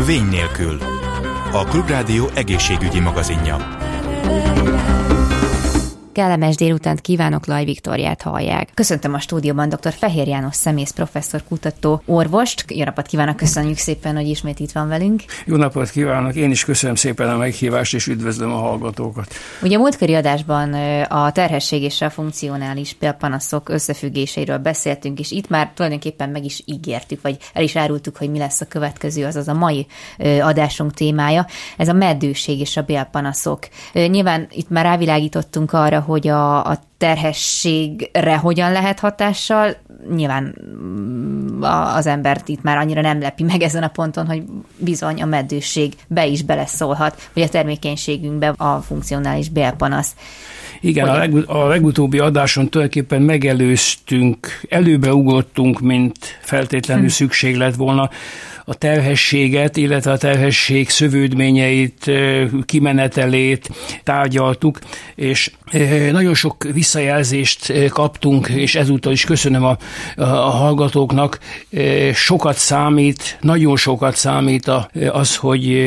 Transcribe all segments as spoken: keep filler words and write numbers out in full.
Vény nélkül. A Klubrádió egészségügyi magazinja. Kellemes délutánt kívánok, Laj Viktóriát hallják. Köszöntöm a stúdióban dr. Fehér János szemész professzor, kutató, orvost. Jó napot kívánok, köszönjük szépen, hogy ismét itt van velünk. Jó napot kívánok, én is köszönöm szépen a meghívást, és üdvözlöm a hallgatókat. Ugye a múltkori adásban a terhesség és a funkcionális bélpanaszok összefüggéseiről beszéltünk, és itt már tulajdonképpen meg is ígértük, vagy el is árultuk, hogy mi lesz a következő, azaz a mai adásunk témája. Ez a meddőség és a bélpanaszok. Nyilván itt már rávilágítottunk arra, hogy a, a terhességre hogyan lehet hatással. Nyilván az embert itt már annyira nem lepi meg ezen a ponton, hogy bizony a meddőség be is beleszólhat, vagy a termékenységünkbe a funkcionális bélpanasz. Igen, a, leg, a legutóbbi adáson tulajdonképpen megelőztünk, előbbre ugrottunk, mint feltétlenül hm. szükség lett volna. A terhességet, illetve a terhesség szövődményeit, kimenetelét tárgyaltuk, és nagyon sok visszajelzést kaptunk, és ezúttal is köszönöm a, a, a hallgatóknak. Sokat számít, nagyon sokat számít az, hogy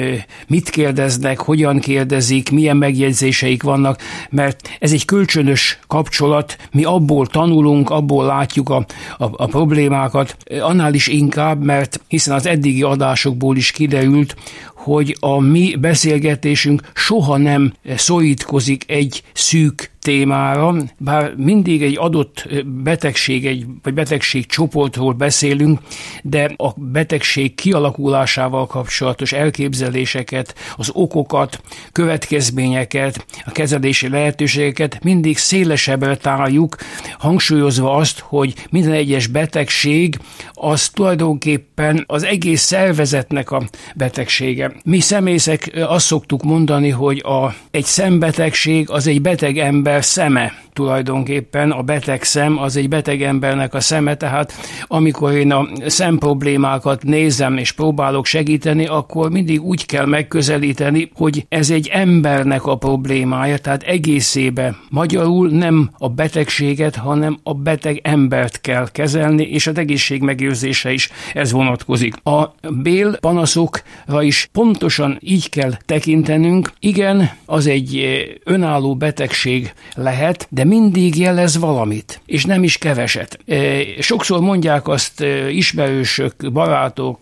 mit kérdeznek, hogyan kérdezik, milyen megjegyzéseik vannak, mert ez egy kölcsönös kapcsolat, mi abból tanulunk, abból látjuk a, a, a problémákat, annál is inkább, mert hiszen az eddigi adásokból is kiderült, hogy a mi beszélgetésünk soha nem szorítkozik egy szűk témára, bár mindig egy adott betegség, egy, vagy betegségcsoportról beszélünk, de a betegség kialakulásával kapcsolatos elképzeléseket, az okokat, következményeket, a kezelési lehetőségeket mindig szélesebbre tárjuk, hangsúlyozva azt, hogy minden egyes betegség az tulajdonképpen az egész szervezetnek a betegsége. Mi szemészek azt szoktuk mondani, hogy a, egy szembetegség az egy beteg ember szeme. Tulajdonképpen a beteg szem az egy beteg embernek a szeme, tehát amikor én a szemproblémákat nézem és próbálok segíteni, akkor mindig úgy kell megközelíteni, hogy ez egy embernek a problémája, tehát egészébe. Magyarul nem a betegséget, hanem a beteg embert kell kezelni, és az egészség megőrzése is ez vonatkozik. A bélpanaszokra is pontosan így kell tekintenünk. Igen, az egy önálló betegség lehet, de mindig jelez valamit, és nem is keveset. Sokszor mondják azt ismerősök, barátok,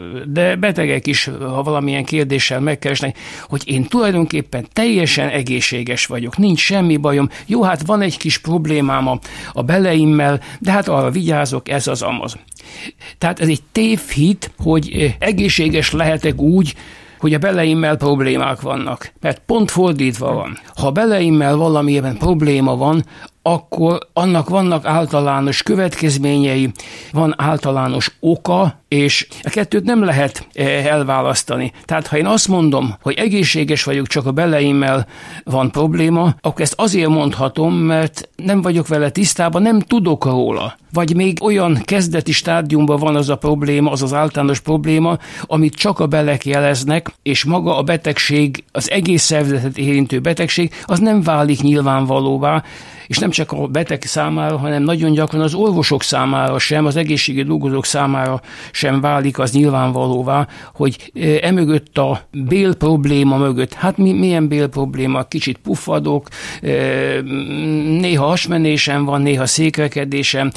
de betegek is, ha valamilyen kérdéssel megkeresnek, hogy én tulajdonképpen teljesen egészséges vagyok, nincs semmi bajom, jó, hát van egy kis problémám a, a beleimmel, de hát arra vigyázok, ez az amaz. Tehát ez egy tévhit, hogy egészséges lehetek úgy, hogy a beleimmel problémák vannak. Mert pont fordítva van. Ha a beleimmel valamilyen probléma van, akkor annak vannak általános következményei, van általános oka, és a kettőt nem lehet elválasztani. Tehát ha én azt mondom, hogy egészséges vagyok, csak a beleimmel van probléma, akkor ezt azért mondhatom, mert nem vagyok vele tisztában, nem tudok róla. Vagy még olyan kezdeti stádiumban van az a probléma, az az általános probléma, amit csak a belek jeleznek, és maga a betegség, az egész szervezetet érintő betegség, az nem válik nyilvánvalóvá, és nem csak a beteg számára, hanem nagyon gyakran az orvosok számára sem, az egészségügyi dolgozók számára sem válik az nyilvánvalóvá, hogy emögött a bél probléma mögött, hát mi, milyen bél probléma, kicsit puffadok, néha hasmenésem van, néha székrekedésem,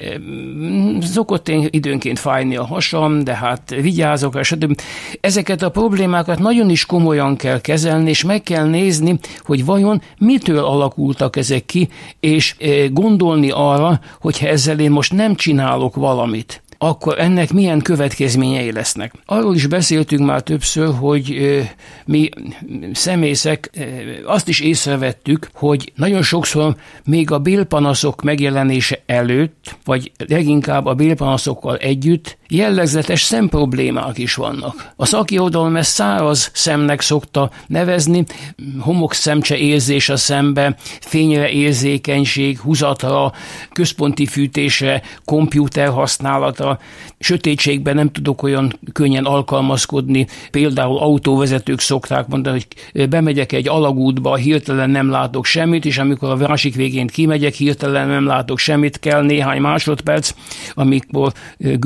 szokott én időnként fájni a hasam, de hát vigyázok, stb. Ezeket a problémákat nagyon is komolyan kell kezelni, és meg kell nézni, hogy vajon mitől alakultak ezek ki, és gondolni arra, hogyha ezzel én most nem csinálok valamit, akkor ennek milyen következményei lesznek. Arról is beszéltünk már többször, hogy mi szemészek azt is észrevettük, hogy nagyon sokszor még a bélpanaszok megjelenése előtt, vagy leginkább a bélpanaszokkal együtt jellegzetes szemproblémák is vannak. A szakirodalom ezt száraz szemnek szokta nevezni, homokszemcse érzés a szembe, fényre érzékenység, húzatra, központi fűtésre, kompjúter használata, sötétségben nem tudok olyan könnyen alkalmazkodni, például autóvezetők szokták mondani, hogy bemegyek egy alagútba, hirtelen nem látok semmit, és amikor a másik végén kimegyek, hirtelen nem látok semmit, kell néhány másodperc, amikor görcsösen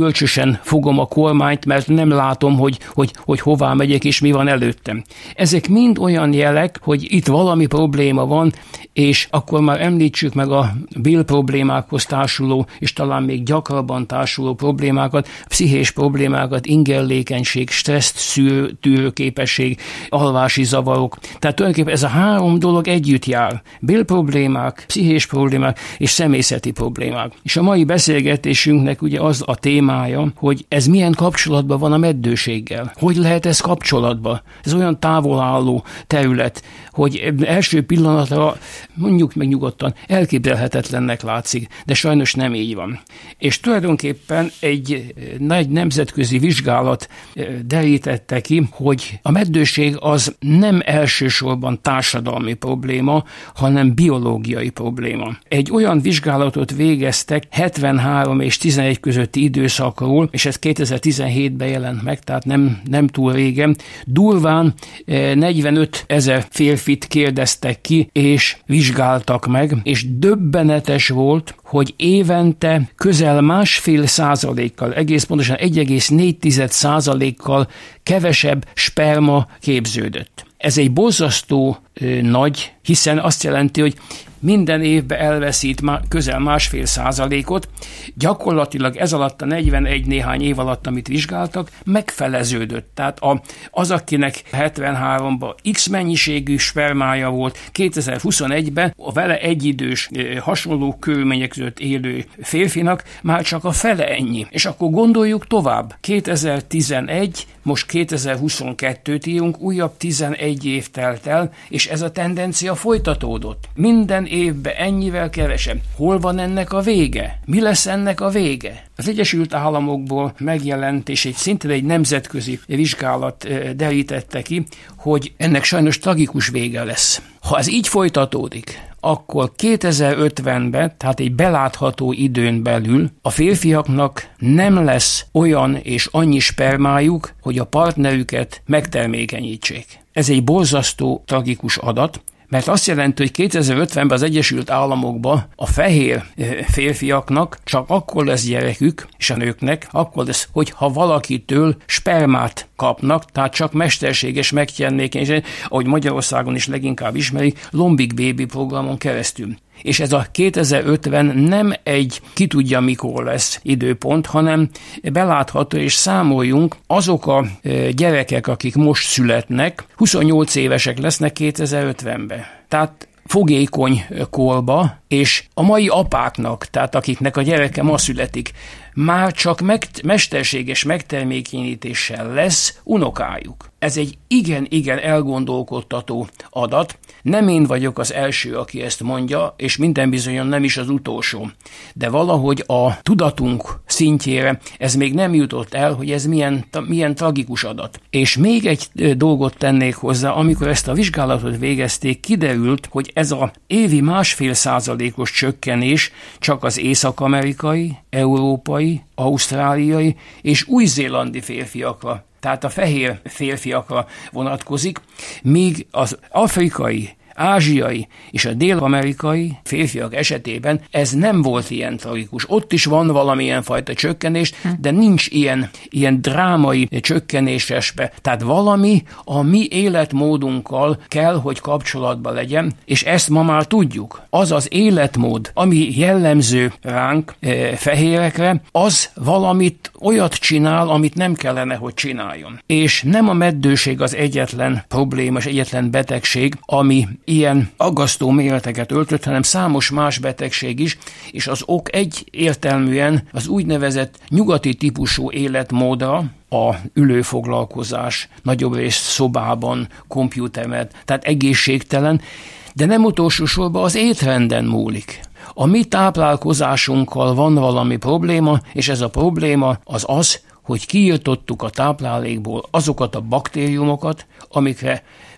kezemben fogom a kormányt, mert nem látom, hogy, hogy, hogy hová megyek és mi van előttem. Ezek mind olyan jelek, hogy itt valami probléma van, és akkor már említsük meg a Bill problémákhoz társuló, és talán még gyakrabban társuló problémákat, pszichés problémákat, ingerlékenység, stresszt szűrő képesség, alvási zavarok. Tehát tulajdonképpen ez a három dolog együtt jár. Bill problémák, pszichés problémák és személyzeti problémák. És a mai beszélgetésünknek ugye az a témája, hogy ez milyen kapcsolatban van a meddőséggel. Hogy lehet ez kapcsolatban? Ez olyan távol álló terület, hogy első pillanatra mondjuk meg nyugodtan elképzelhetetlennek látszik, de sajnos nem így van. És tulajdonképpen egy nagy nemzetközi vizsgálat derítette ki, hogy a meddőség az nem elsősorban társadalmi probléma, hanem biológiai probléma. Egy olyan vizsgálatot végeztek hetvenhárom és tizenegy közötti időszakról, és ez kétezer-tizenhétben jelent meg, tehát nem, nem túl régen. Durván negyvenöt ezer férfit kérdeztek ki, és vizsgáltak meg, és döbbenetes volt, hogy évente közel másfél százalékkal, egész pontosan egy egész négy százalékkal kevesebb sperma képződött. Ez egy borzasztó ö, nagy, hiszen azt jelenti, hogy minden évben elveszít má, közel másfél százalékot, gyakorlatilag ez alatt a negyvenegy néhány év alatt, amit vizsgáltak, megfeleződött. Tehát a, az, akinek hetvenháromban X mennyiségű spermája volt, kétezer-huszonegyben a vele egyidős hasonló körülmények között élő férfinak már csak a fele ennyi. És akkor gondoljuk tovább. kétezer-tizenegy, most kétezer-huszonkettőt írunk, újabb tizenegy év telt el, és ez a tendencia folytatódott. Minden évben ennyivel kevesebb. Hol van ennek a vége? Mi lesz ennek a vége? Az Egyesült Államokból megjelent, és egy szintén egy nemzetközi vizsgálat derítette ki, hogy ennek sajnos tragikus vége lesz. Ha ez így folytatódik, akkor kétezer-ötvenben, tehát egy belátható időn belül a férfiaknak nem lesz olyan és annyi spermájuk, hogy a partnerüket megtermékenyítsék. Ez egy borzasztó, tragikus adat, mert azt jelenti, hogy kétezer-ötvenben az Egyesült Államokban a fehér férfiaknak csak akkor lesz gyerekük, és a nőknek akkor lesz, hogyha valakitől spermát kapnak, tehát csak mesterséges megtermékenység, ahogy Magyarországon is leginkább ismerik, Lombik Baby programon keresztül. És ez a kétezer-ötven nem egy ki tudja mikor lesz időpont, hanem belátható, és számoljunk, azok a gyerekek, akik most születnek, huszonnyolc évesek lesznek kétezer-ötvenben. Tehát fogékony korba, és a mai apáknak, tehát akiknek a gyereke ma születik, már csak meg, mesterséges megtermékenyítéssel lesz unokájuk. Ez egy igen-igen elgondolkodtató adat. Nem én vagyok az első, aki ezt mondja, és minden bizonyan nem is az utolsó. De valahogy a tudatunk szintjére ez még nem jutott el, hogy ez milyen, milyen tragikus adat. És még egy dolgot tennék hozzá, amikor ezt a vizsgálatot végezték, kiderült, hogy ez a évi másfél százalékos csökkenés csak az észak-amerikai, európai, ausztráliai és új-zélandi férfiakra, tehát a fehér férfiakra vonatkozik, míg az afrikai, ázsiai és a dél-amerikai férfiak esetében ez nem volt ilyen tragikus. Ott is van valamilyen fajta csökkenés, de nincs ilyen, ilyen drámai csökkenésesbe. Tehát valami a mi életmódunkkal kell, hogy kapcsolatban legyen, és ezt ma már tudjuk. Az az életmód, ami jellemző ránk, e, fehérekre, az valamit olyat csinál, amit nem kellene, hogy csináljon. És nem a meddőség az egyetlen probléma, és egyetlen betegség, ami ilyen aggasztó méreteket öltött, hanem számos más betegség is, és az ok egyértelműen az úgynevezett nyugati típusú életmódra, a ülőfoglalkozás, nagyobb részt szobában, kompjútermet, tehát egészségtelen, de nem utolsó sorban az étrenden múlik. A mi táplálkozásunkkal van valami probléma, és ez a probléma az az, hogy kiirtottuk a táplálékból azokat a baktériumokat, amikre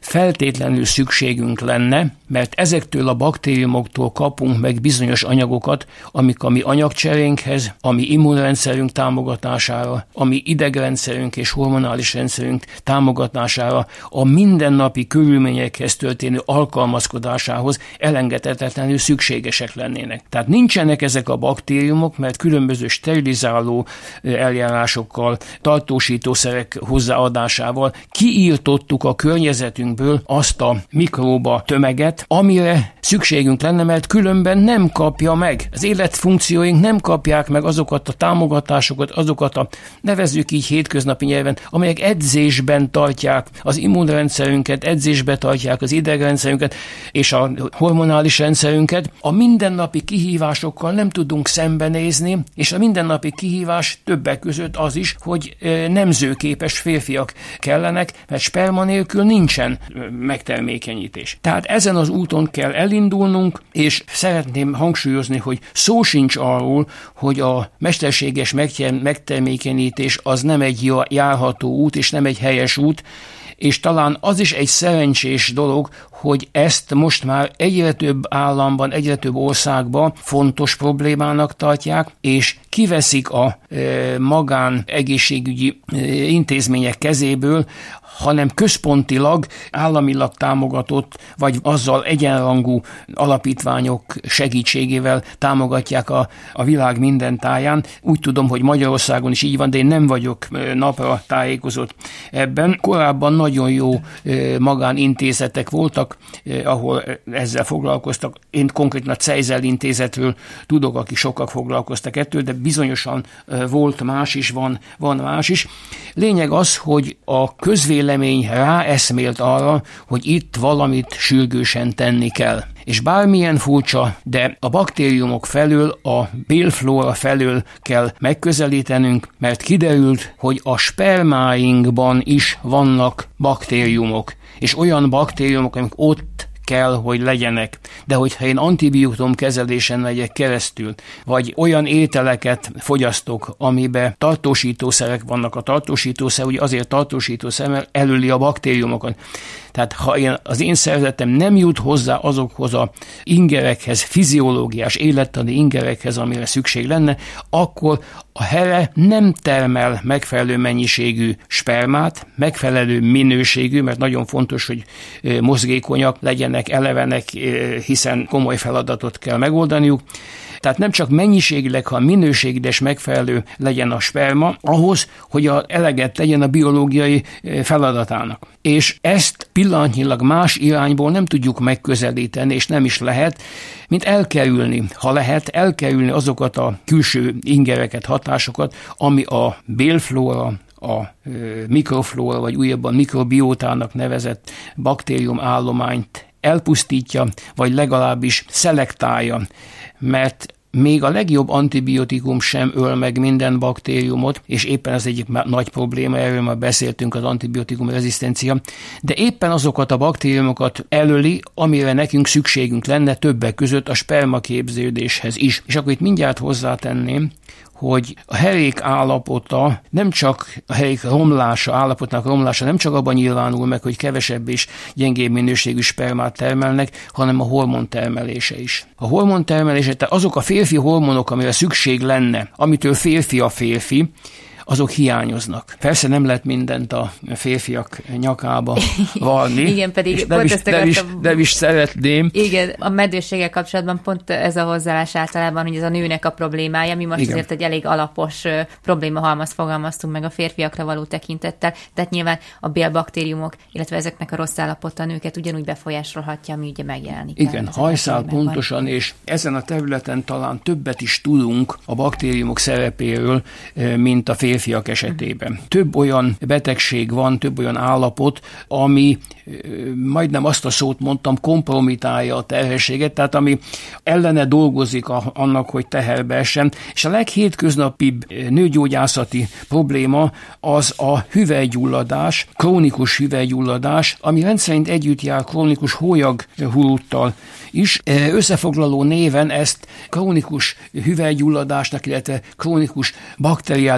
feltétlenül szükségünk lenne, mert ezektől a baktériumoktól kapunk meg bizonyos anyagokat, amik a mi anyagcserénkhez, a mi immunrendszerünk támogatására, a mi idegrendszerünk és hormonális rendszerünk támogatására, a mindennapi körülményekhez történő alkalmazkodásához elengedhetetlenül szükségesek lennének. Tehát nincsenek ezek a baktériumok, mert különböző sterilizáló eljárásokkal, tartósítószerek hozzáadásával kiírtottuk a környezetünkből azt a mikróba tömeget, amire szükségünk lenne, mert különben nem kapja meg. Az életfunkcióink nem kapják meg azokat a támogatásokat, azokat a, nevezzük így hétköznapi nyelven, amelyek edzésben tartják az immunrendszerünket, edzésben tartják az idegrendszerünket és a hormonális rendszerünket. A mindennapi kihívásokkal nem tudunk szembenézni, és a mindennapi kihívás többek között az is, hogy nemzőképes férfiak kellenek, mert sperma nélkül nincsen megtermékenyítés. Tehát ezen az úton kell elindulnunk, és szeretném hangsúlyozni, hogy szó sincs arról, hogy a mesterséges megtermékenyítés az nem egy járható út, és nem egy helyes út, és talán az is egy szerencsés dolog, hogy ezt most már egyre több államban, egyre több országban fontos problémának tartják, és kiveszik a e, magán egészségügyi e, intézmények kezéből, hanem központilag, államilag támogatott, vagy azzal egyenrangú alapítványok segítségével támogatják a, a világ minden táján. Úgy tudom, hogy Magyarországon is így van, de én nem vagyok napra tájékozott ebben. Korábban nagyon jó magánintézetek voltak, ahol ezzel foglalkoztak. Én konkrétan a Cejzel intézetről tudok, akik sokkal foglalkoztak ettől, de bizonyosan volt más is, van, van más is. Lényeg az, hogy a közvélemény ráeszmélt arra, hogy itt valamit sürgősen tenni kell. És bármilyen furcsa, de a baktériumok felől, a bélflóra felől kell megközelítenünk, mert kiderült, hogy a spermáinkban is vannak baktériumok, és olyan baktériumok, amik ott kell, hogy legyenek. De hogyha én antibiotikum kezelésen megyek keresztül, vagy olyan ételeket fogyasztok, amiben tartósítószerek vannak, a tartósítószer ugye azért tartósítószer, mert elöli a baktériumokat. Tehát ha én, az én szervezetem nem jut hozzá azokhoz a ingerekhez, fiziológiás, élettani ingerekhez, amire szükség lenne, akkor a here nem termel megfelelő mennyiségű spermát, megfelelő minőségű, mert nagyon fontos, hogy mozgékonyak legyenek, elevenek, hiszen komoly feladatot kell megoldaniuk. Tehát nem csak mennyiségileg, hanem minőségileg is megfelelő legyen a sperma, ahhoz, hogy a eleget legyen a biológiai feladatának. És ezt pillanatnyilag más irányból nem tudjuk megközelíteni, és nem is lehet, mint elkerülni, ha lehet, elkerülni azokat a külső ingereket, hatásokat, ami a bélflóra, a mikroflóra, vagy újabban mikrobiótának nevezett baktérium állományt elpusztítja, vagy legalábbis szelektálja, mert még a legjobb antibiotikum sem öl meg minden baktériumot, és éppen ez egyik nagy probléma, erről már beszéltünk, az antibiotikum rezisztencia, de éppen azokat a baktériumokat elöli, amire nekünk szükségünk lenne, többek között a spermaképződéshez is. És akkor itt mindjárt hozzátenném, hogy a herék állapota nem csak a herék romlása, állapotnak romlása nem csak abban nyilvánul meg, hogy kevesebb és gyengébb minőségű spermát termelnek, hanem a hormontermelése is. A hormontermelése, tehát azok a férfi hormonok, amire szükség lenne, amitől férfi a férfi, azok hiányoznak. Persze nem lehet mindent a férfiak nyakába varni. Igen, pedig nem, pont is, ezt nem, is, nem is szeretném. Igen, a meddőséggel kapcsolatban pont ez a hozzáállás általában, hogy ez a nőnek a problémája. Mi most Igen. azért egy elég alapos problémahalmazt fogalmaztunk meg a férfiakra való tekintettel, tehát nyilván a bélbaktériumok, illetve ezeknek a rossz állapota a nőket ugyanúgy befolyásolhatja, ami ugye megjelenik. Igen, hajszál pontosan, és ezen a területen talán többet is tudunk a baktériumok szerepéről, mint a férfiak esetében. Több olyan betegség van, több olyan állapot, ami majdnem azt a szót mondtam, kompromitálja a terhességet, tehát ami ellene dolgozik a, annak, hogy teherbe essen. És a leghétköznapibb nőgyógyászati probléma az a hüvelygyulladás, krónikus hüvelygyulladás, ami rendszerint együtt jár krónikus hólyaghuruttal is. Összefoglaló néven ezt krónikus hüvelygyulladásnak, illetve krónikus bakteriális vagin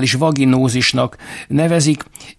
vaginózisnak nevezik.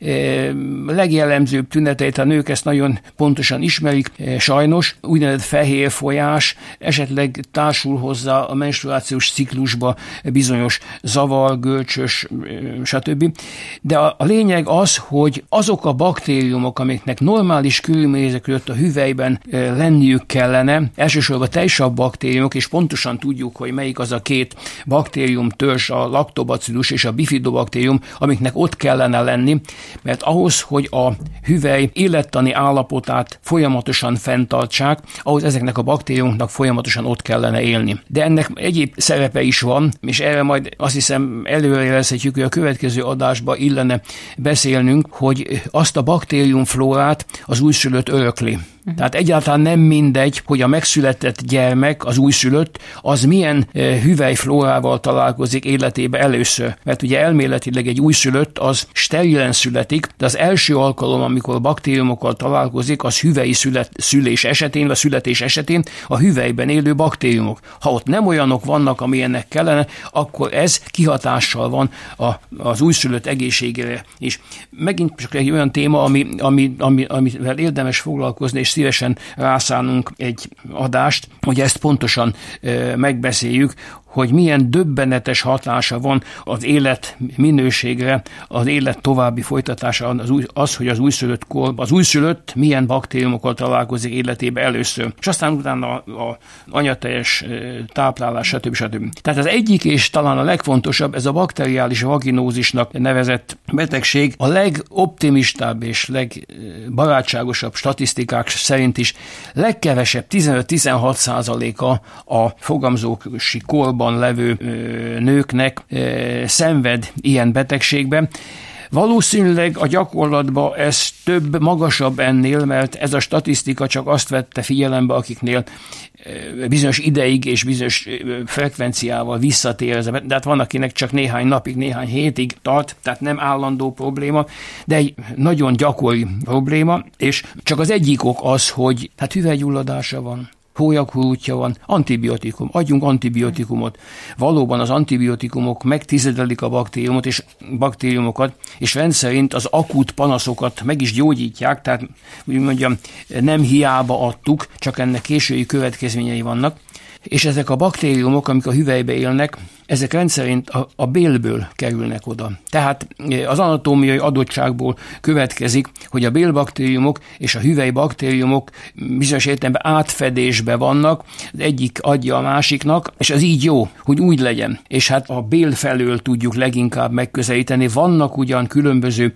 Legjellemzőbb tüneteit a nők ezt nagyon pontosan ismerik, sajnos. Úgynevezett fehér folyás, esetleg társul hozzá a menstruációs ciklusba bizonyos zavar, görcsös, stb. De a, a lényeg az, hogy azok a baktériumok, amiknek normális körülmények között a hüvelyben lenniük kellene, elsősorban tejsav baktériumok, és pontosan tudjuk, hogy melyik az a két baktérium törzs, a lactobacillus és a bifidobaktérium, amiknek ott kellene lenni, mert ahhoz, hogy a hüvely élettani állapotát folyamatosan fenntartsák, ahhoz ezeknek a baktériumoknak folyamatosan ott kellene élni. De ennek egyéb szerepe is van, és erre majd azt hiszem előrejelezhetjük, hogy a következő adásba illene beszélnünk, hogy azt a baktériumflórát az újszülött örökli. Uh-huh. Tehát egyáltalán nem mindegy, hogy a megszületett gyermek, az újszülött, az milyen e, hüvelyflórával találkozik életébe először. Mert ugye elméletileg egy újszülött az sterilen születik, de az első alkalom, amikor baktériumokkal találkozik, az hüvelyi szület, szülés esetén, vagy születés esetén a hüvelyben élő baktériumok. Ha ott nem olyanok vannak, amilyennek kellene, akkor ez kihatással van a, az újszülött egészségére is. Megint csak egy olyan téma, ami, ami, ami, amivel érdemes foglalkozni, és szívesen rászánunk egy adást, hogy ezt pontosan e, megbeszéljük, hogy milyen döbbenetes hatása van az élet minőségre, az élet további folytatása, az, új, az hogy az újszülött, kor, az újszülött milyen baktériumokkal találkozik életébe először. És aztán utána a, a anyatejes táplálás, stb. stb. Tehát az egyik és talán a legfontosabb, ez a bakteriális vaginózisnak nevezett betegség. A legoptimistább és legbarátságosabb statisztikák szerint is legkevesebb tizenöt-tizenhat százaléka a fogamzósi korban levő nőknek szenved ilyen betegségben. Valószínűleg a gyakorlatban ez több, magasabb ennél, mert ez a statisztika csak azt vette figyelembe, akiknél bizonyos ideig és bizonyos frekvenciával visszatér, de hát van, akinek csak néhány napig, néhány hétig tart, tehát nem állandó probléma, de egy nagyon gyakori probléma, és csak az egyik ok az, hogy hát hüvelygyulladása van, hólyakurútja van, antibiotikum, adjunk antibiotikumot. Valóban az antibiotikumok megtizedelik a baktériumot és baktériumokat, és rendszerint az akut panaszokat meg is gyógyítják, tehát úgy mondjam, nem hiába adtuk, csak ennek késői következményei vannak. És ezek a baktériumok, amik a hüvelybe élnek, ezek rendszerint a, a bélből kerülnek oda. Tehát az anatómiai adottságból következik, hogy a bélbaktériumok és a hüvelybaktériumok bizonyos értelemben átfedésbe vannak, az egyik adja a másiknak, és az így jó, hogy úgy legyen. És hát a bél felől tudjuk leginkább megközelíteni. Vannak ugyan különböző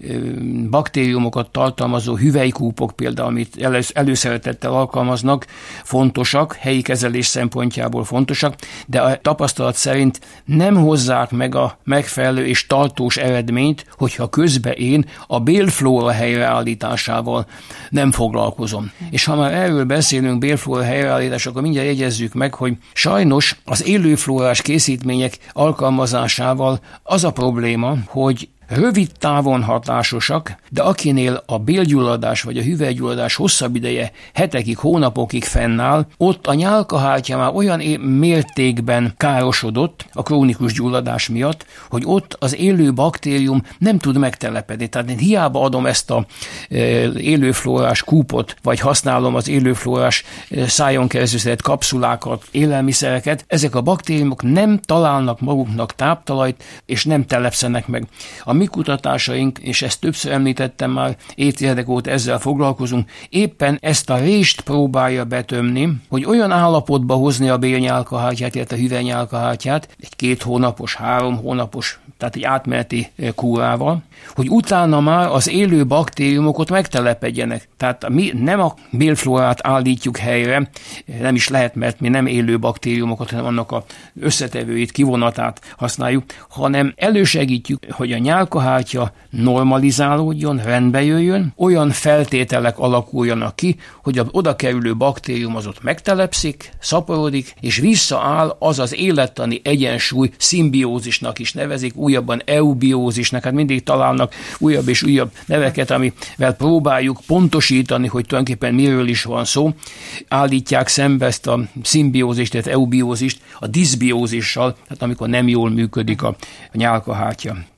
baktériumokat tartalmazó hüvelykúpok például, amit előszeretettel alkalmaznak, fontosak, helyi kezelés szempontjából fontosak, de a tapasztalat szerint nem hozzák meg a megfelelő és tartós eredményt, hogyha közben én a bélflóra helyreállításával nem foglalkozom. És ha már erről beszélünk, bélflóra helyreállítás, akkor mindjárt jegyezzük meg, hogy sajnos az élőflórás készítmények alkalmazásával az a probléma, hogy rövid távon hatásosak, de akinél a bélgyulladás vagy a hüvelygyulladás hosszabb ideje, hetekig, hónapokig fennáll, ott a nyálkahártya már olyan mértékben károsodott a krónikus gyulladás miatt, hogy ott az élő baktérium nem tud megtelepedni. Tehát én hiába adom ezt a e, élőflórás kúpot, vagy használom az élőflórás e, szájon keresztül kapszulákat, élelmiszereket, ezek a baktériumok nem találnak maguknak táptalajt, és nem telepszenek meg. A mi kutatásaink, és ezt többször említettem már, évtizedek óta ezzel foglalkozunk, éppen ezt a rést próbálja betömni, hogy olyan állapotba hozni a bélnyálkahártyát, illetve a hüvelynyálkahártyát, egy két hónapos, három hónapos, tehát egy átmeneti kúrával, hogy utána már az élő baktériumok ott megtelepedjenek. Tehát mi nem a bélflórát állítjuk helyre, nem is lehet, mert mi nem élő baktériumokat, hanem annak az összetevőit, kivonatát használjuk, hanem elősegítjük, hogy a nyálkahártya normalizálódjon, rendbe jöjjön, olyan feltételek alakuljanak ki, hogy az oda kerülő baktérium az ott megtelepszik, szaporodik, és visszaáll az az élettani egyensúly, szimbiózisnak is nevezik, újabban eubiózisnak, hát mindig találnak újabb és újabb neveket, amivel próbáljuk pontosítani, hogy tulajdonképpen miről is van szó. Állítják szembe ezt a szimbiózist, tehát eubiózist a diszbiózissal, tehát amikor nem jól működik a nyálkahártya.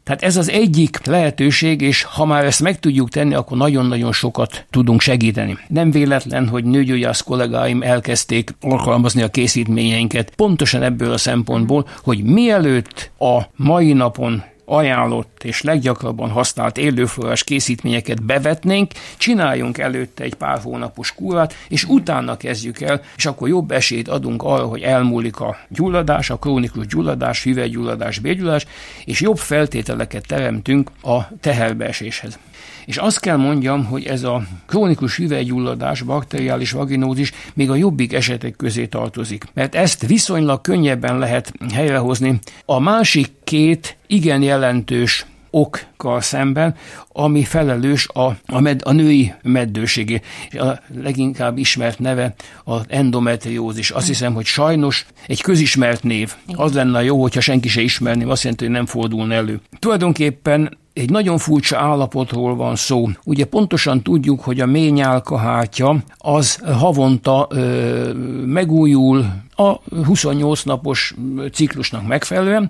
Tehát ez az egyik lehetőség, és ha már ezt meg tudjuk tenni, akkor nagyon-nagyon sokat tudunk segíteni. Nem véletlen, hogy nőgyógyász kollégáim elkezdték alkalmazni a készítményeinket pontosan ebből a szempontból, hogy mielőtt a mai napon ajánlott és leggyakrabban használt élőforrás készítményeket bevetnénk, csináljunk előtte egy pár hónapos kúrát, és utána kezdjük el, és akkor jobb esélyt adunk arra, hogy elmúlik a gyulladás, a krónikus gyulladás, hüvelygyulladás, bélgyulladás, és jobb feltételeket teremtünk a teherbeeséshez. És azt kell mondjam, hogy ez a krónikus hüvelygyulladás, bakteriális vaginózis még a jobbik esetek közé tartozik, mert ezt viszonylag könnyebben lehet helyrehozni. A másik két igen jelentős okkal szemben, ami felelős a, a, med, a női meddőségé. A leginkább ismert neve az endometriózis. Azt hiszem, hogy sajnos egy közismert név. Az lenne jó, hogyha senki se ismerné, azt jelenti, hogy nem fordulna elő. Tulajdonképpen egy nagyon furcsa állapotról van szó. Ugye pontosan tudjuk, hogy a mély nyálkahártya az havonta ö, megújul a huszonnyolc napos ciklusnak megfelelően,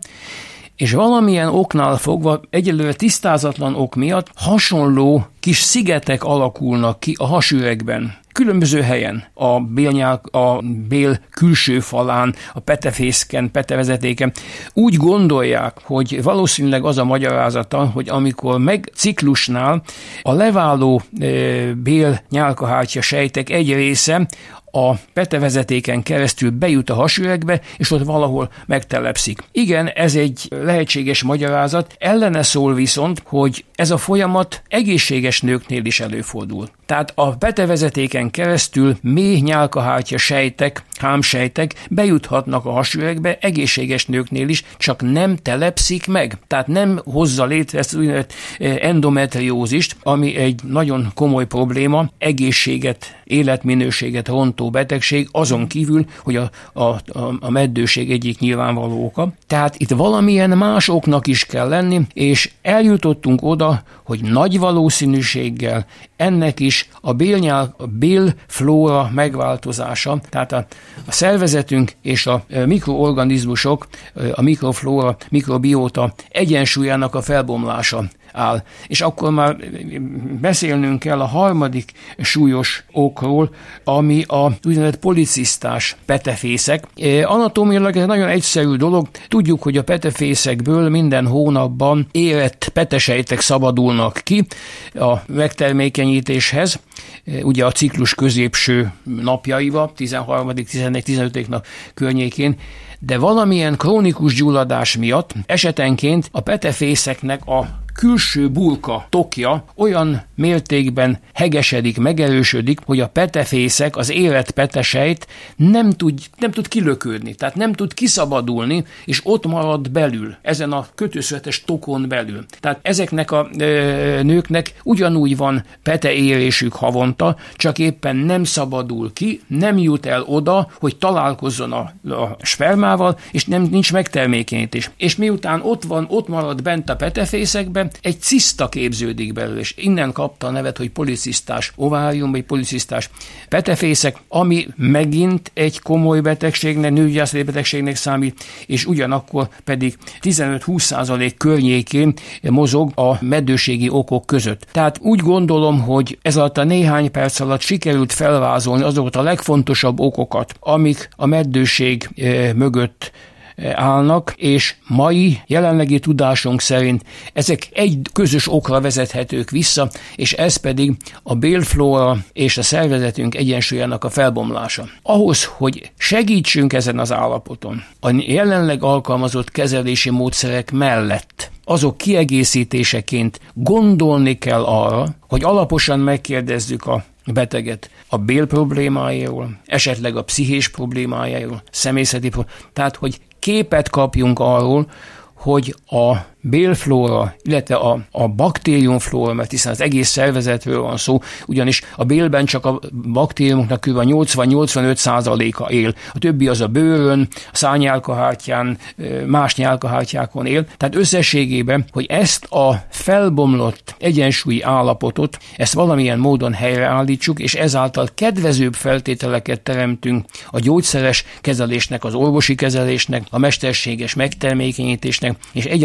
és valamilyen oknál fogva, egyelőre tisztázatlan ok miatt hasonló kis szigetek alakulnak ki a hasüregben. Különböző helyen, a bélnyál, a bél külső falán, a petefészken, petevezetéken úgy gondolják, hogy valószínűleg az a magyarázata, hogy amikor meg ciklusnál a leváló e, bél nyálkahártya sejtek egy része a petevezetéken keresztül bejut a hasüregbe, és ott valahol megtelepszik. Igen, ez egy lehetséges magyarázat, ellene szól viszont, hogy ez a folyamat egészséges nőknél is előfordul. Tehát a petevezetéken keresztül mély nyálkahártya sejtek, hámsejtek bejuthatnak a hasüregbe egészséges nőknél is, csak nem telepszik meg. Tehát nem hozza létre ezt az úgynevezett endometriózist, ami egy nagyon komoly probléma, egészséget, életminőséget rontó betegség, azon kívül, hogy a, a, a meddőség egyik nyilvánvaló oka. Tehát itt valamilyen más oknak is kell lenni, és eljutottunk oda, hogy nagy valószínűséggel ennek is a bélnyál, a bélflóra megváltozása, tehát a, a szervezetünk és a mikroorganizmusok, a mikroflóra, mikrobióta egyensúlyának a felbomlása áll. És akkor már beszélnünk kell a harmadik súlyos okról, ami a úgynevezett policisztás petefészek. Anatómiailag ez nagyon egyszerű dolog. Tudjuk, hogy a petefészekből minden hónapban érett petesejtek szabadulnak ki a megtermékenyítéshez, ugye a ciklus középső napjaival, tizenharmadik, tizenegyedik, tizenötödik nap környékén, de valamilyen krónikus gyulladás miatt esetenként a petefészeknek a külső bulka tokja olyan mértékben hegesedik, megerősödik, hogy a petefészek, az érett petesejt nem tud, nem tud kilökődni, tehát nem tud kiszabadulni, és ott marad belül, ezen a kötőszövetes tokon belül. Tehát ezeknek a e, nőknek ugyanúgy van peteérésük havonta, csak éppen nem szabadul ki, nem jut el oda, hogy találkozzon a, a spermával, és nem, nincs megtermékenyítés. És miután ott van, ott marad bent a petefészekben, egy ciszta képződik belőle, és innen kapta a nevet, hogy policisztás ovárium, vagy policisztás petefészek, ami megint egy komoly betegségnek, nőgyógyászati betegségnek számít, és ugyanakkor pedig tizenöt-húsz százalék környékén mozog a meddőségi okok között. Tehát úgy gondolom, hogy ez alatt a néhány perc alatt sikerült felvázolni azokat a legfontosabb okokat, amik a meddőség mögött állnak, és mai jelenlegi tudásunk szerint ezek egy közös okra vezethetők vissza, és ez pedig a bélflóra és a szervezetünk egyensúlyának a felbomlása. Ahhoz, hogy segítsünk ezen az állapoton, a jelenleg alkalmazott kezelési módszerek mellett azok kiegészítéseként gondolni kell arra, hogy alaposan megkérdezzük a beteget a bél problémájáról, esetleg a pszichés problémájáról, személyzeti problémájáról, tehát hogy képet kapjunk arról, hogy a bélflóra, illetve a, a baktériumflóra, mert hiszen az egész szervezetről van szó, ugyanis a bélben csak a baktériumoknak kb. nyolcvan-nyolcvanöt százaléka él. A többi az a bőrön, a szárnyálkahártyán, más nyálkahártyákon él. Tehát összességében, hogy ezt a felbomlott egyensúlyi állapotot, ezt valamilyen módon helyreállítsuk, és ezáltal kedvezőbb feltételeket teremtünk a gyógyszeres kezelésnek, az orvosi kezelésnek, a mesterséges megtermékenyítésnek, és egyáltalán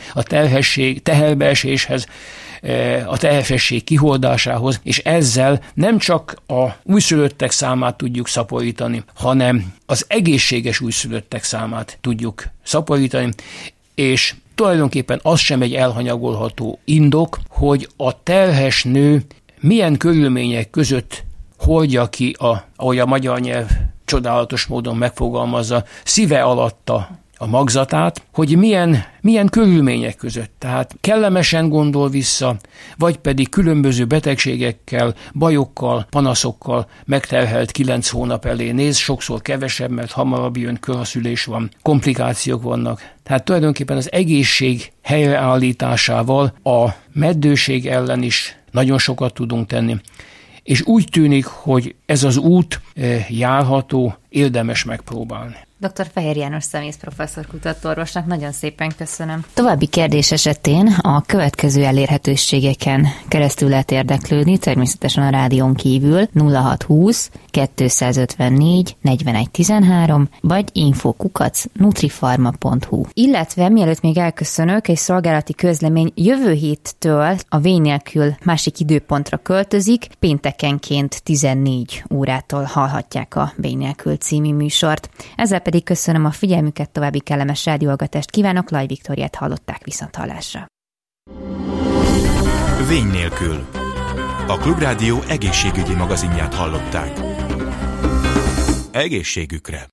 a terhesség, teherbeeséshez, a terhesség kihordásához, és ezzel nem csak a újszülöttek számát tudjuk szaporítani, hanem az egészséges újszülöttek számát tudjuk szaporítani, és tulajdonképpen az sem egy elhanyagolható indok, hogy a terhes nő milyen körülmények között hordja ki, a, ahogy a magyar nyelv csodálatos módon megfogalmazza, szíve alatta a magzatát, hogy milyen, milyen körülmények között. Tehát kellemesen gondol vissza, vagy pedig különböző betegségekkel, bajokkal, panaszokkal megterhelt kilenc hónap elé néz, sokszor kevesebb, mert hamarabb jön, körszülés van, komplikációk vannak. Tehát tulajdonképpen az egészség helyreállításával a meddőség ellen is nagyon sokat tudunk tenni. És úgy tűnik, hogy ez az út járható, érdemes megpróbálni. doktor Fehér János szemész professzor kutatóorvosnak nagyon szépen köszönöm. További kérdés esetén a következő elérhetőségeken keresztül lehet érdeklődni, természetesen a rádión kívül nulla hat húsz kettőszázötvennégy negyvenegy tizenhárom vagy info kukac nutrifarma pont hu. Illetve mielőtt még elköszönök, egy szolgálati közlemény jövő héttől a Vény nélkül másik időpontra költözik, péntekenként tizennégy órától hallhatják a Vény nélkül című műsort. Ezzel pedig köszönöm a figyelmüket, további kellemes rádióhallgatást kívánok, Laj Viktóriát hallották, viszonthallásra. Vény nélkül. A Klubrádió egészségügyi magazinját hallották. Egészségükre!